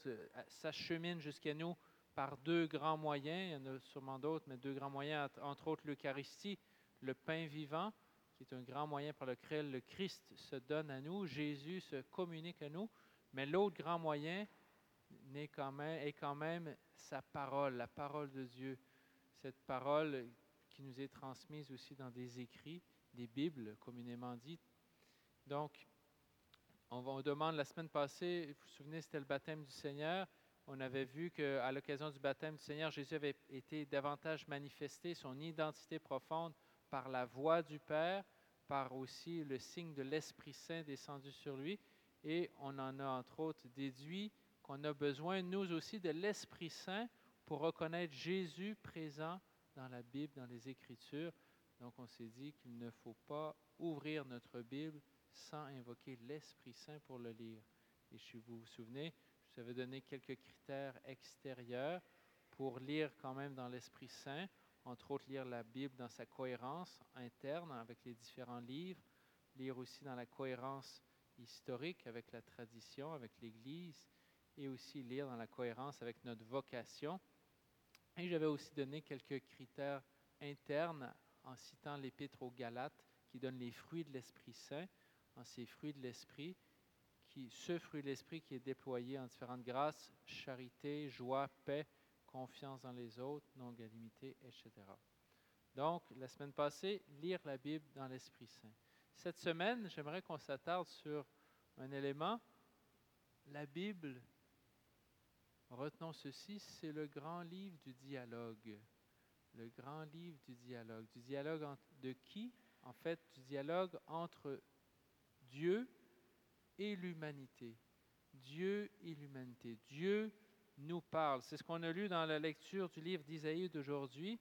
autres, s'achemine jusqu'à nous par deux grands moyens. Il y en a sûrement d'autres, mais deux grands moyens, entre autres l'Eucharistie, le pain vivant, qui est un grand moyen par lequel le Christ se donne à nous, Jésus se communique à nous. Mais l'autre grand moyen est quand même sa parole, la parole de Dieu. Cette parole qui nous est transmise aussi dans des écrits, des Bibles, communément dites. Donc, on demande la semaine passée, vous vous souvenez, c'était le baptême du Seigneur. On avait vu qu'à l'occasion du baptême du Seigneur, Jésus avait été davantage manifesté, son identité profonde, par la voix du Père, par aussi le signe de l'Esprit Saint descendu sur lui. Et on en a entre autres déduit qu'on a besoin, nous aussi, de l'Esprit Saint pour reconnaître Jésus présent dans la Bible, dans les Écritures. Donc on s'est dit qu'il ne faut pas ouvrir notre Bible sans invoquer l'Esprit Saint pour le lire. Et si vous vous souvenez, je vous avais donné quelques critères extérieurs pour lire quand même dans l'Esprit Saint, entre autres lire la Bible dans sa cohérence interne avec les différents livres, lire aussi dans la cohérence historique avec la tradition, avec l'Église, et aussi lire dans la cohérence avec notre vocation. Et j'avais aussi donné quelques critères internes en citant l'Épître aux Galates qui donne les fruits de l'Esprit Saint, en ces fruits de l'Esprit, ce fruit de l'Esprit qui est déployé en différentes grâces, charité, joie, paix, confiance dans les autres, longanimité, etc. Donc, la semaine passée, lire la Bible dans l'Esprit Saint. Cette semaine, j'aimerais qu'on s'attarde sur un élément. La Bible, retenons ceci, c'est le grand livre du dialogue. Le grand livre du dialogue. Du dialogue de qui? En fait, du dialogue entre Dieu et l'humanité. Dieu et l'humanité. Dieu nous parle. C'est ce qu'on a lu dans la lecture du livre d'Isaïe d'aujourd'hui.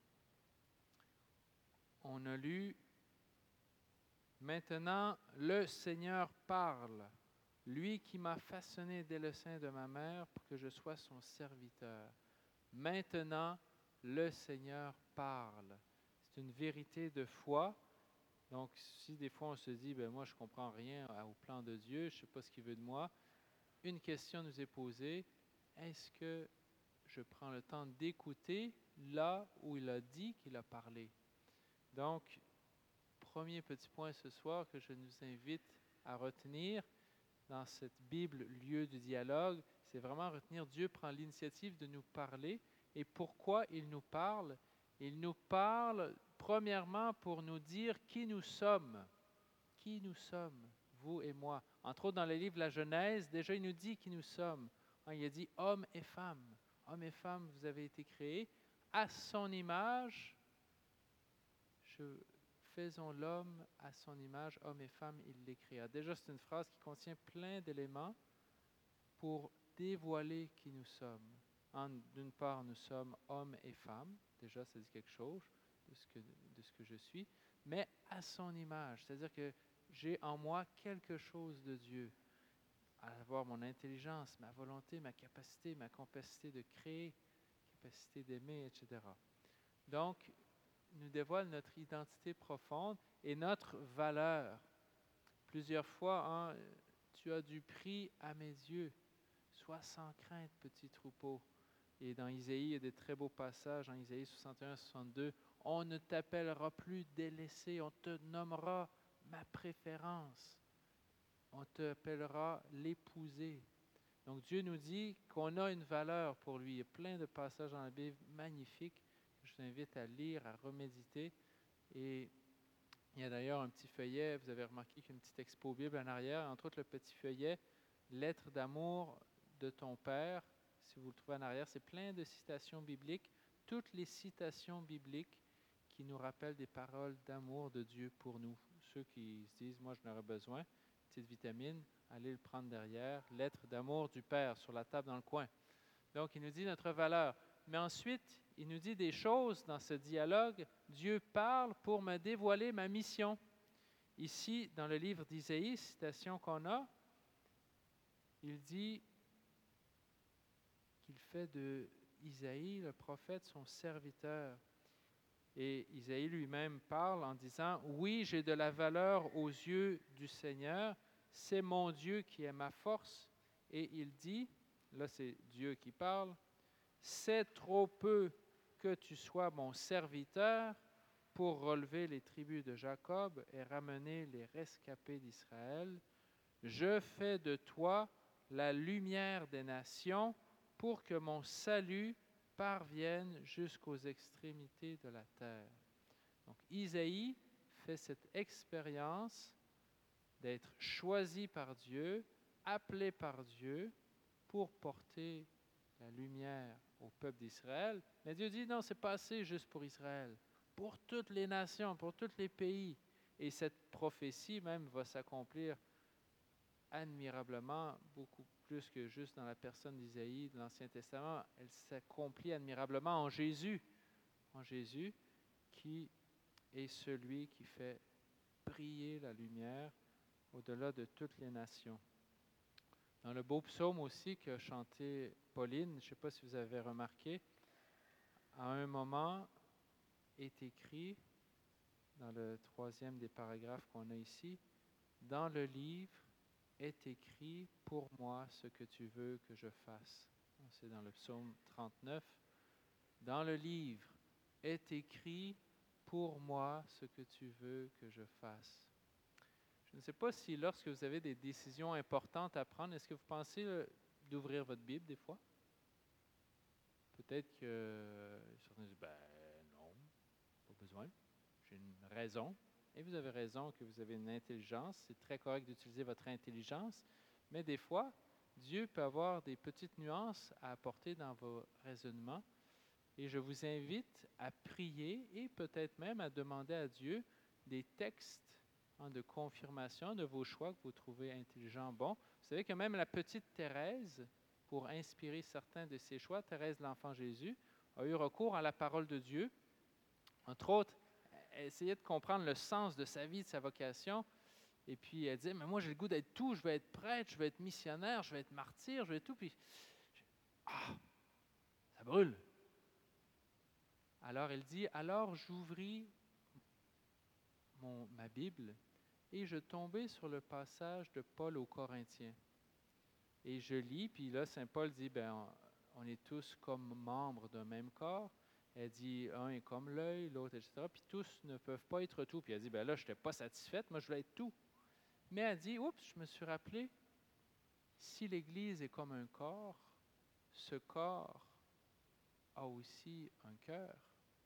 On a lu « Maintenant, le Seigneur parle, lui qui m'a façonné dès le sein de ma mère pour que je sois son serviteur. Maintenant, le Seigneur parle. » C'est une vérité de foi. Donc, si des fois on se dit, moi je ne comprends rien au plan de Dieu, je ne sais pas ce qu'il veut de moi, une question nous est posée, est-ce que je prends le temps d'écouter là où il a dit qu'il a parlé? Donc, premier petit point ce soir que je nous invite à retenir dans cette Bible, lieu du dialogue, c'est vraiment retenir Dieu prend l'initiative de nous parler. Et pourquoi il nous parle? Il nous parle premièrement pour nous dire qui nous sommes. Qui nous sommes, vous et moi. Entre autres, dans le livre de la Genèse, déjà il nous dit qui nous sommes. Il a dit hommes et femmes. Hommes et femmes, vous avez été créés à son image. Faisons l'homme à son image, homme et femme, il les créa. Déjà, c'est une phrase qui contient plein d'éléments pour dévoiler qui nous sommes. D'une part, nous sommes hommes et femmes. Déjà, ça dit quelque chose de ce que je suis. Mais à son image, c'est-à-dire que j'ai en moi quelque chose de Dieu. À avoir mon intelligence, ma volonté, ma capacité de créer, capacité d'aimer, etc. Donc, nous dévoile notre identité profonde et notre valeur. Plusieurs fois, tu as du prix à mes yeux. Sois sans crainte, petit troupeau. Et dans Isaïe, il y a des très beaux passages, en Isaïe 61-62. On ne t'appellera plus délaissé, on te nommera ma préférence. On t'appellera l'épousé. Donc Dieu nous dit qu'on a une valeur pour lui. Il y a plein de passages dans la Bible magnifiques. Je vous invite à lire, à reméditer. Et il y a d'ailleurs un petit feuillet, vous avez remarqué qu'il y a une petite expo Bible en arrière, entre autres le petit feuillet « Lettre d'amour de ton Père ». Si vous le trouvez en arrière, c'est plein de citations bibliques, toutes les citations bibliques qui nous rappellent des paroles d'amour de Dieu pour nous. Ceux qui se disent « moi je n'aurais besoin », petite vitamine, allez le prendre derrière, « Lettre d'amour du Père » sur la table dans le coin. Donc il nous dit notre valeur. Mais ensuite, il nous dit des choses dans ce dialogue. Dieu parle pour me dévoiler ma mission. Ici, dans le livre d'Isaïe, citation qu'on a, il dit qu'il fait de Isaïe, le prophète, son serviteur. Et Isaïe lui-même parle en disant, « Oui, j'ai de la valeur aux yeux du Seigneur, c'est mon Dieu qui est ma force. » Et il dit, là c'est Dieu qui parle, c'est trop peu que tu sois mon serviteur pour relever les tribus de Jacob et ramener les rescapés d'Israël. Je fais de toi la lumière des nations pour que mon salut parvienne jusqu'aux extrémités de la terre. Donc Isaïe fait cette expérience d'être choisi par Dieu, appelé par Dieu pour porter la lumière au peuple d'Israël. Mais Dieu dit non, c'est pas assez juste pour Israël, pour toutes les nations, pour tous les pays. Et cette prophétie même va s'accomplir admirablement, beaucoup plus que juste dans la personne d'Isaïe de l'Ancien Testament. Elle s'accomplit admirablement en Jésus qui est celui qui fait briller la lumière au-delà de toutes les nations. Dans le beau psaume aussi qu'a chanté Pauline, je ne sais pas si vous avez remarqué, à un moment est écrit, dans le 3e des paragraphes qu'on a ici, « Dans le livre est écrit pour moi ce que tu veux que je fasse. » C'est dans le psaume 39. « Dans le livre est écrit pour moi ce que tu veux que je fasse. » Je ne sais pas si lorsque vous avez des décisions importantes à prendre, est-ce que vous pensez d'ouvrir votre Bible des fois? Peut-être que certains disent, ben non, pas besoin, j'ai une raison. Et vous avez raison que vous avez une intelligence, c'est très correct d'utiliser votre intelligence, mais des fois, Dieu peut avoir des petites nuances à apporter dans vos raisonnements. Et je vous invite à prier et peut-être même à demander à Dieu des textes de confirmation de vos choix que vous trouvez intelligents, bons. Vous savez que même la petite Thérèse, pour inspirer certains de ses choix, Thérèse l'Enfant Jésus, a eu recours à la parole de Dieu. Entre autres, elle essayait de comprendre le sens de sa vie, de sa vocation. Et puis elle disait, mais moi j'ai le goût d'être tout, je veux être prêtre, je veux être missionnaire, je veux être martyr, je veux être tout. Puis, ça brûle. Alors elle dit, alors j'ouvris ma Bible et je tombais sur le passage de Paul aux Corinthiens. Et je lis, puis là, Saint Paul dit, ben, on est tous comme membres d'un même corps. Elle dit, un est comme l'œil, l'autre, etc. Puis tous ne peuvent pas être tout. Puis elle dit, ben là, je n'étais pas satisfaite, moi je voulais être tout. Mais elle dit, oups, je me suis rappelé, si l'Église est comme un corps, ce corps a aussi un cœur.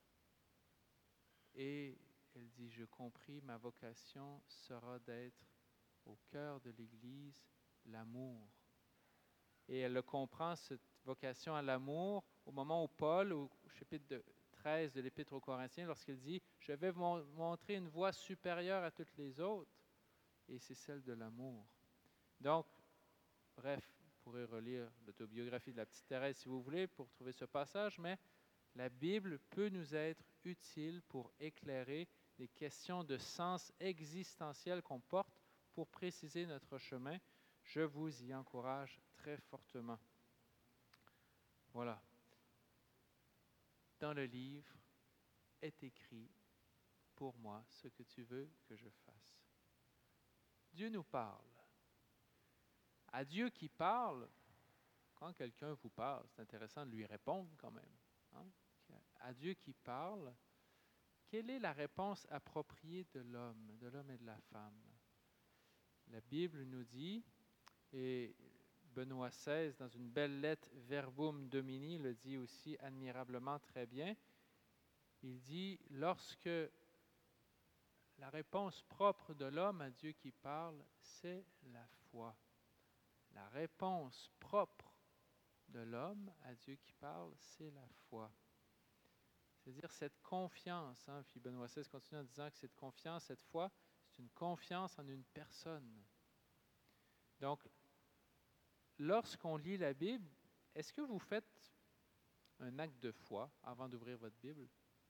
Et elle dit, je compris, ma vocation sera d'être au cœur de l'Église, l'amour. Et elle le comprend, cette vocation à l'amour, au moment où Paul, au chapitre 13 de l'Épître aux Corinthiens, lorsqu'il dit, je vais vous montrer une voie supérieure à toutes les autres, et c'est celle de l'amour. Donc, bref, vous pourrez relire l'autobiographie de la petite Thérèse si vous voulez pour trouver ce passage, mais la Bible peut nous être utile pour éclairer les questions de sens existentiel qu'on porte pour préciser notre chemin. Je vous y encourage très fortement. Voilà. Dans le livre est écrit pour moi ce que tu veux que je fasse. Dieu nous parle. À Dieu qui parle, quand quelqu'un vous parle, c'est intéressant de lui répondre quand même. Hein? À Dieu qui parle, quelle est la réponse appropriée de l'homme et de la femme? La Bible nous dit, et Benoît XVI, dans une belle lettre Verbum Domini, le dit aussi admirablement très bien, il dit, lorsque la réponse propre de l'homme à Dieu qui parle, c'est la foi. La réponse propre de l'homme à Dieu qui parle, c'est la foi. C'est-à-dire cette confiance. Puis Benoît XVI continue en disant que cette confiance, cette foi, c'est une confiance en une personne. Donc, lorsqu'on lit la Bible, est-ce que vous faites un acte de foi avant d'ouvrir votre Bible?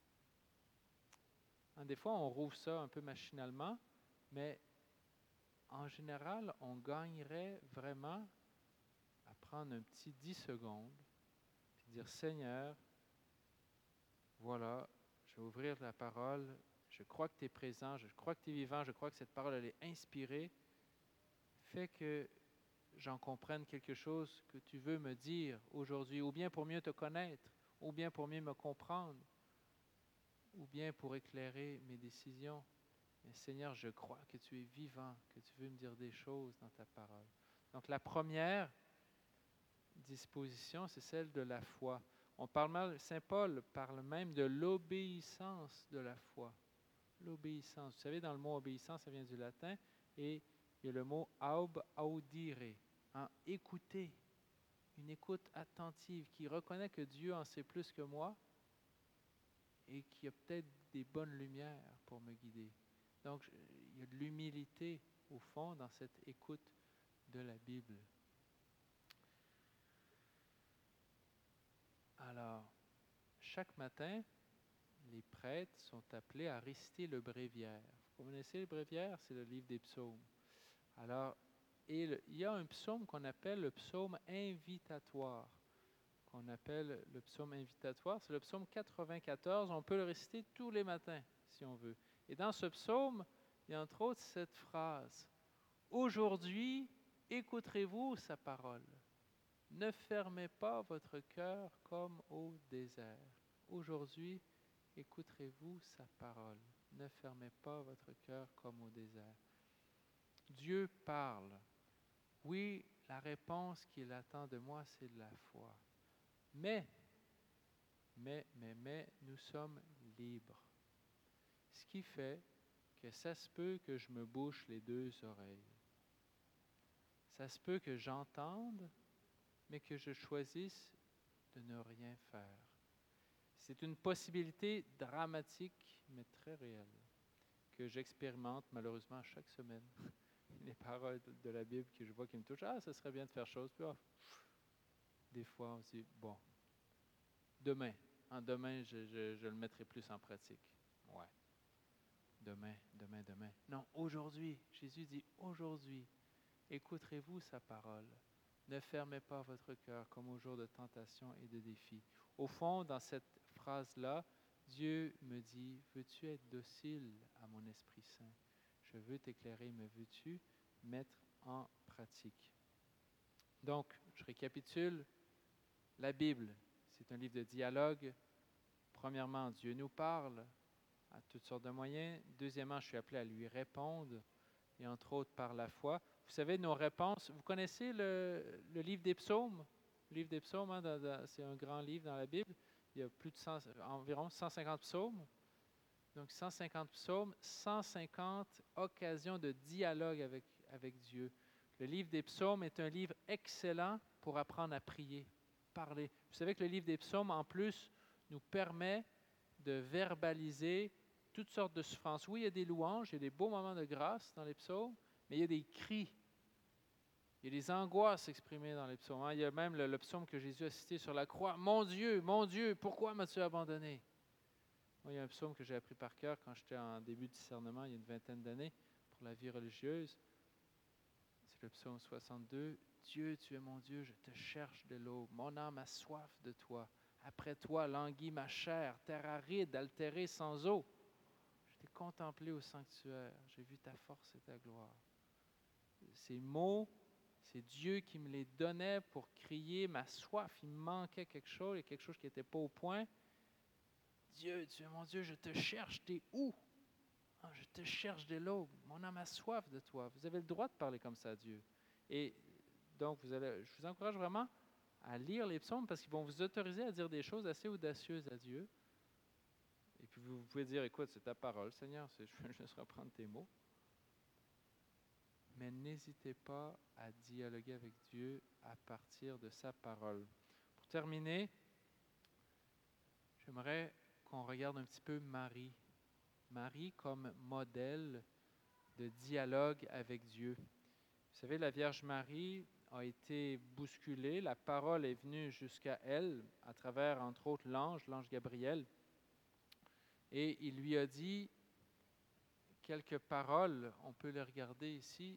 Des fois, on rouvre ça un peu machinalement, mais en général, on gagnerait vraiment à prendre un petit 10 secondes et dire, Seigneur, voilà, je vais ouvrir la parole, je crois que tu es présent, je crois que tu es vivant, je crois que cette parole, elle est inspirée. Fais que j'en comprenne quelque chose que tu veux me dire aujourd'hui, ou bien pour mieux te connaître, ou bien pour mieux me comprendre, ou bien pour éclairer mes décisions. Mais Seigneur, je crois que tu es vivant, que tu veux me dire des choses dans ta parole. Donc la première disposition, c'est celle de la foi. Saint Paul parle même de l'obéissance de la foi. L'obéissance. Vous savez, dans le mot obéissance, ça vient du latin, et il y a le mot audire, écouter, une écoute attentive, qui reconnaît que Dieu en sait plus que moi et qui a peut-être des bonnes lumières pour me guider. Donc, il y a de l'humilité, au fond, dans cette écoute de la Bible. Alors, chaque matin, les prêtres sont appelés à réciter le bréviaire. Vous connaissez le bréviaire? C'est le livre des psaumes. Alors, il y a un psaume qu'on appelle le psaume invitatoire. C'est le psaume 94. On peut le réciter tous les matins, si on veut. Et dans ce psaume, il y a entre autres cette phrase. Aujourd'hui, écouterez-vous sa parole. Ne fermez pas votre cœur comme au désert. Aujourd'hui, écouterez-vous sa parole. Ne fermez pas votre cœur comme au désert. Dieu parle. Oui, la réponse qu'il attend de moi, c'est de la foi. Mais, nous sommes libres. Ce qui fait que ça se peut que je me bouche les deux oreilles. Ça se peut que j'entende, mais que je choisisse de ne rien faire. C'est une possibilité dramatique, mais très réelle, que j'expérimente malheureusement chaque semaine. Les paroles de la Bible que je vois qui me touchent. Ah, ce serait bien de faire chose. Puis, des fois, on se dit, bon, demain, je le mettrai plus en pratique. Ouais. Demain. Non, aujourd'hui. Jésus dit, aujourd'hui, écouterez-vous sa parole. Ne fermez pas votre cœur comme au jour de tentation et de défi. Au fond, dans cette phrase-là, Dieu me dit, veux-tu être docile à mon Esprit Saint? Je veux t'éclairer, mais veux-tu mettre en pratique? Donc, je récapitule. La Bible, c'est un livre de dialogue. Premièrement, Dieu nous parle à toutes sortes de moyens. Deuxièmement, je suis appelé à lui répondre, et entre autres par la foi. Vous savez, nos réponses, vous connaissez le livre des psaumes? Le livre des psaumes, c'est un grand livre dans la Bible. Il y a environ 150 psaumes. Donc 150 psaumes, 150 occasions de dialogue avec Dieu. Le livre des psaumes est un livre excellent pour apprendre à prier, parler. Vous savez que le livre des psaumes, en plus, nous permet de verbaliser toutes sortes de souffrances. Oui, il y a des louanges, il y a des beaux moments de grâce dans les psaumes, mais il y a des cris, il y a des angoisses exprimées dans les psaumes. Il y a même le psaume que Jésus a cité sur la croix. Mon Dieu, pourquoi m'as-tu abandonné? Moi, il y a un psaume que j'ai appris par cœur quand j'étais en début de discernement, il y a une vingtaine d'années, pour la vie religieuse. C'est le psaume 62. Dieu, tu es mon Dieu, je te cherche de l'aube. Mon âme a soif de toi. Après toi, languit ma chair, terre aride, altérée sans eau. Je t'ai contemplé au sanctuaire, j'ai vu ta force et ta gloire. Ces mots, c'est Dieu qui me les donnait pour crier ma soif. Il me manquait quelque chose, il y a quelque chose qui n'était pas au point. Dieu, tu es mon Dieu, je te cherche, t'es où? Je te cherche de l'aube, mon âme a soif de toi. Vous avez le droit de parler comme ça à Dieu. Et donc, je vous encourage vraiment à lire les psaumes parce qu'ils vont vous autoriser à dire des choses assez audacieuses à Dieu. Et puis vous pouvez dire, écoute, c'est ta parole, Seigneur, je veux juste reprendre tes mots. Mais n'hésitez pas à dialoguer avec Dieu à partir de sa parole. Pour terminer, j'aimerais qu'on regarde un petit peu Marie. Marie comme modèle de dialogue avec Dieu. Vous savez, la Vierge Marie a été bousculée, la parole est venue jusqu'à elle à travers, entre autres, l'ange Gabriel, et il lui a dit quelques paroles, on peut les regarder ici.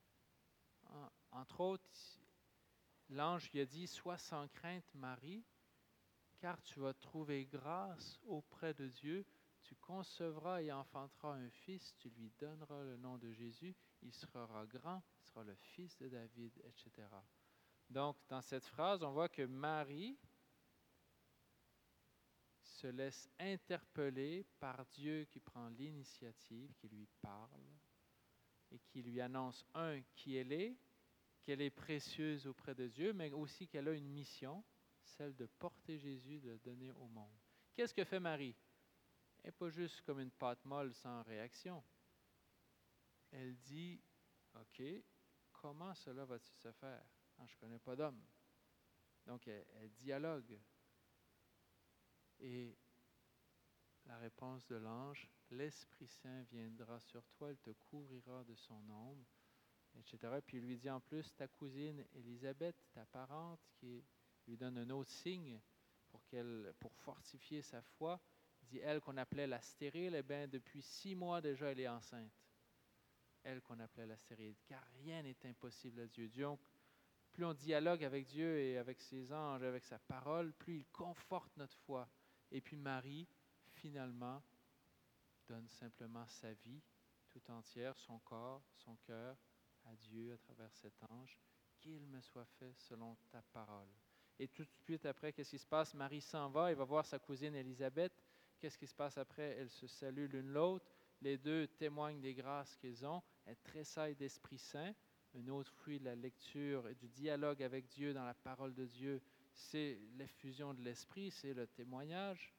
Entre autres, l'ange lui a dit « Sois sans crainte, Marie, car tu vas trouver grâce auprès de Dieu. Tu concevras et enfanteras un fils, tu lui donneras le nom de Jésus, il sera grand, il sera le fils de David, etc. Donc, dans cette phrase, on voit que Marie se laisse interpeller par Dieu qui prend l'initiative, qui lui parle et qui lui annonce, qui elle est, qu'elle est précieuse auprès de Dieu, mais aussi qu'elle a une mission, celle de porter Jésus, de le donner au monde. Qu'est-ce que fait Marie? Elle n'est pas juste comme une pâte molle sans réaction. Elle dit, OK, comment cela va-t-il se faire? Je ne connais pas d'homme. Donc, elle dialogue. Et la réponse de l'ange, l'Esprit Saint viendra sur toi, il te couvrira de son ombre, etc. Puis il lui dit en plus, ta cousine Élisabeth, ta parente, qui lui donne un autre signe pour fortifier sa foi, dit elle qu'on appelait la stérile, eh bien depuis 6 mois déjà elle est enceinte. Elle qu'on appelait la stérile, car rien n'est impossible à Dieu. Donc, plus on dialogue avec Dieu et avec ses anges, avec sa parole, plus il conforte notre foi. Et puis Marie, finalement, donne simplement sa vie tout entière, son corps, son cœur à Dieu à travers cet ange, qu'il me soit fait selon ta parole. Et tout de suite après, qu'est-ce qui se passe? Marie s'en va, elle va voir sa cousine Élisabeth. Qu'est-ce qui se passe après? Elles se saluent l'une l'autre. Les deux témoignent des grâces qu'ils ont. Elles tressaillent d'Esprit Saint. Un autre fruit de la lecture et du dialogue avec Dieu dans la parole de Dieu, c'est l'effusion de l'Esprit, c'est le témoignage.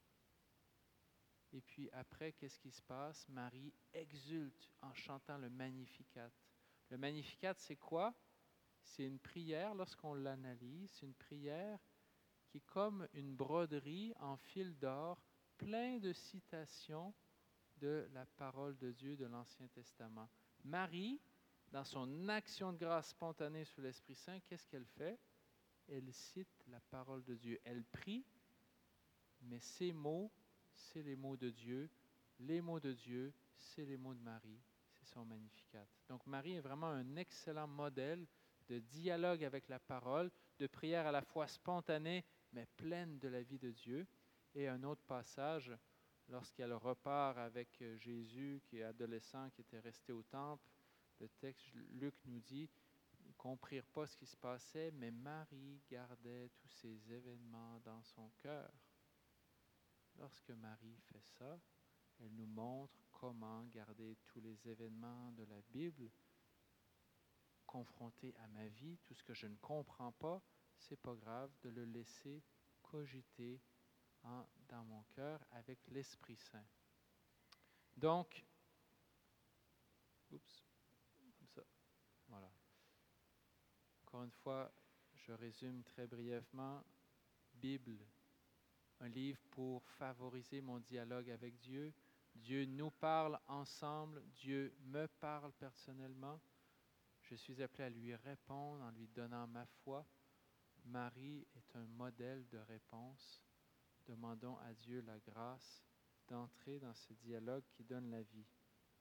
Et puis après, qu'est-ce qui se passe? Marie exulte en chantant le Magnificat. Le Magnificat, c'est quoi? C'est une prière, lorsqu'on l'analyse, c'est une prière qui est comme une broderie en fil d'or, plein de citations de la parole de Dieu de l'Ancien Testament. Marie, dans son action de grâce spontanée sous l'Esprit Saint, qu'est-ce qu'elle fait? Elle cite la parole de Dieu. Elle prie, mais ces mots, c'est les mots de Dieu. Les mots de Dieu, c'est les mots de Marie. C'est son Magnificat. Donc Marie est vraiment un excellent modèle de dialogue avec la parole, de prière à la fois spontanée, mais pleine de la vie de Dieu. Et un autre passage, lorsqu'elle repart avec Jésus, qui est adolescent, qui était resté au temple, le texte, Luc nous dit, ils ne comprirent pas ce qui se passait, mais Marie gardait tous ces événements dans son cœur. Lorsque Marie fait ça, elle nous montre comment garder tous les événements de la Bible confrontés à ma vie. Tout ce que je ne comprends pas, c'est pas grave de le laisser cogiter dans mon cœur avec l'Esprit Saint. Donc, comme ça, voilà. Encore une fois, je résume très brièvement. Bible, un livre pour favoriser mon dialogue avec Dieu. Dieu nous parle ensemble, Dieu me parle personnellement. Je suis appelé à lui répondre en lui donnant ma foi. Marie est un modèle de réponse. Demandons à Dieu la grâce d'entrer dans ce dialogue qui donne la vie.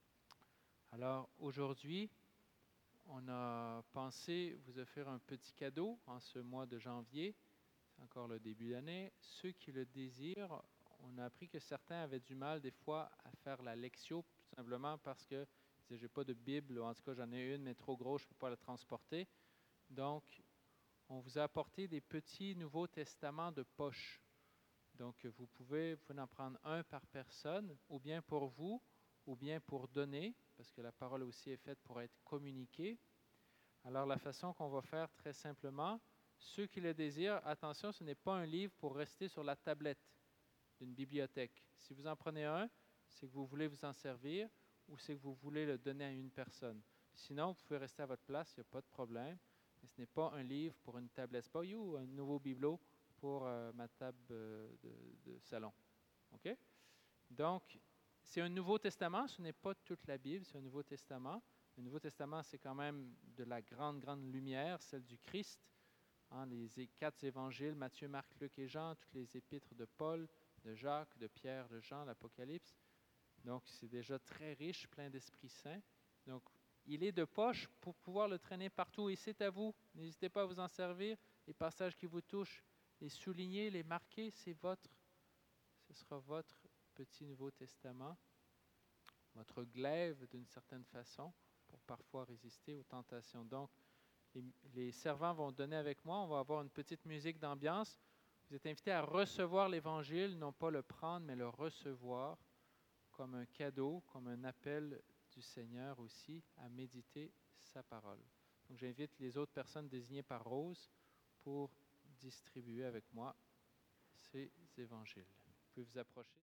Alors aujourd'hui, on a pensé vous offrir un petit cadeau en ce mois de janvier. C'est encore le début d'année. Ceux qui le désirent, on a appris que certains avaient du mal des fois à faire la lectio, tout simplement parce que je n'ai pas de Bible, ou en tout cas j'en ai une, mais trop grosse, je ne peux pas la transporter. Donc, on vous a apporté des petits Nouveaux Testaments de poche. Donc, vous pouvez en prendre un par personne, ou bien pour vous, ou bien pour donner, parce que la parole aussi est faite pour être communiquée. Alors, la façon qu'on va faire très simplement, ceux qui le désirent, attention, ce n'est pas un livre pour rester sur la tablette d'une bibliothèque. Si vous en prenez un, c'est que vous voulez vous en servir ou c'est que vous voulez le donner à une personne. Sinon, vous pouvez rester à votre place, il n'y a pas de problème. Mais ce n'est pas un livre pour une tablette. C'est pas un nouveau bibelot pour ma table de salon. OK? Donc, c'est un Nouveau Testament, ce n'est pas toute la Bible, c'est un Nouveau Testament. Le Nouveau Testament, c'est quand même de la grande, grande lumière, celle du Christ. Les 4 évangiles, Matthieu, Marc, Luc et Jean, toutes les épîtres de Paul, de Jacques, de Pierre, de Jean, l'Apocalypse. Donc, c'est déjà très riche, plein d'Esprit Saint. Donc, il est de poche pour pouvoir le traîner partout et c'est à vous. N'hésitez pas à vous en servir. Les passages qui vous touchent, les souligner, les marquer, ce sera votre petit Nouveau Testament, votre glaive d'une certaine façon pour parfois résister aux tentations. Donc, les servants vont donner avec moi. On va avoir une petite musique d'ambiance. Vous êtes invités à recevoir l'Évangile, non pas le prendre, mais le recevoir comme un cadeau, comme un appel du Seigneur aussi à méditer sa parole. Donc, j'invite les autres personnes désignées par Rose pour distribuer avec moi ces évangiles. Vous pouvez vous approcher.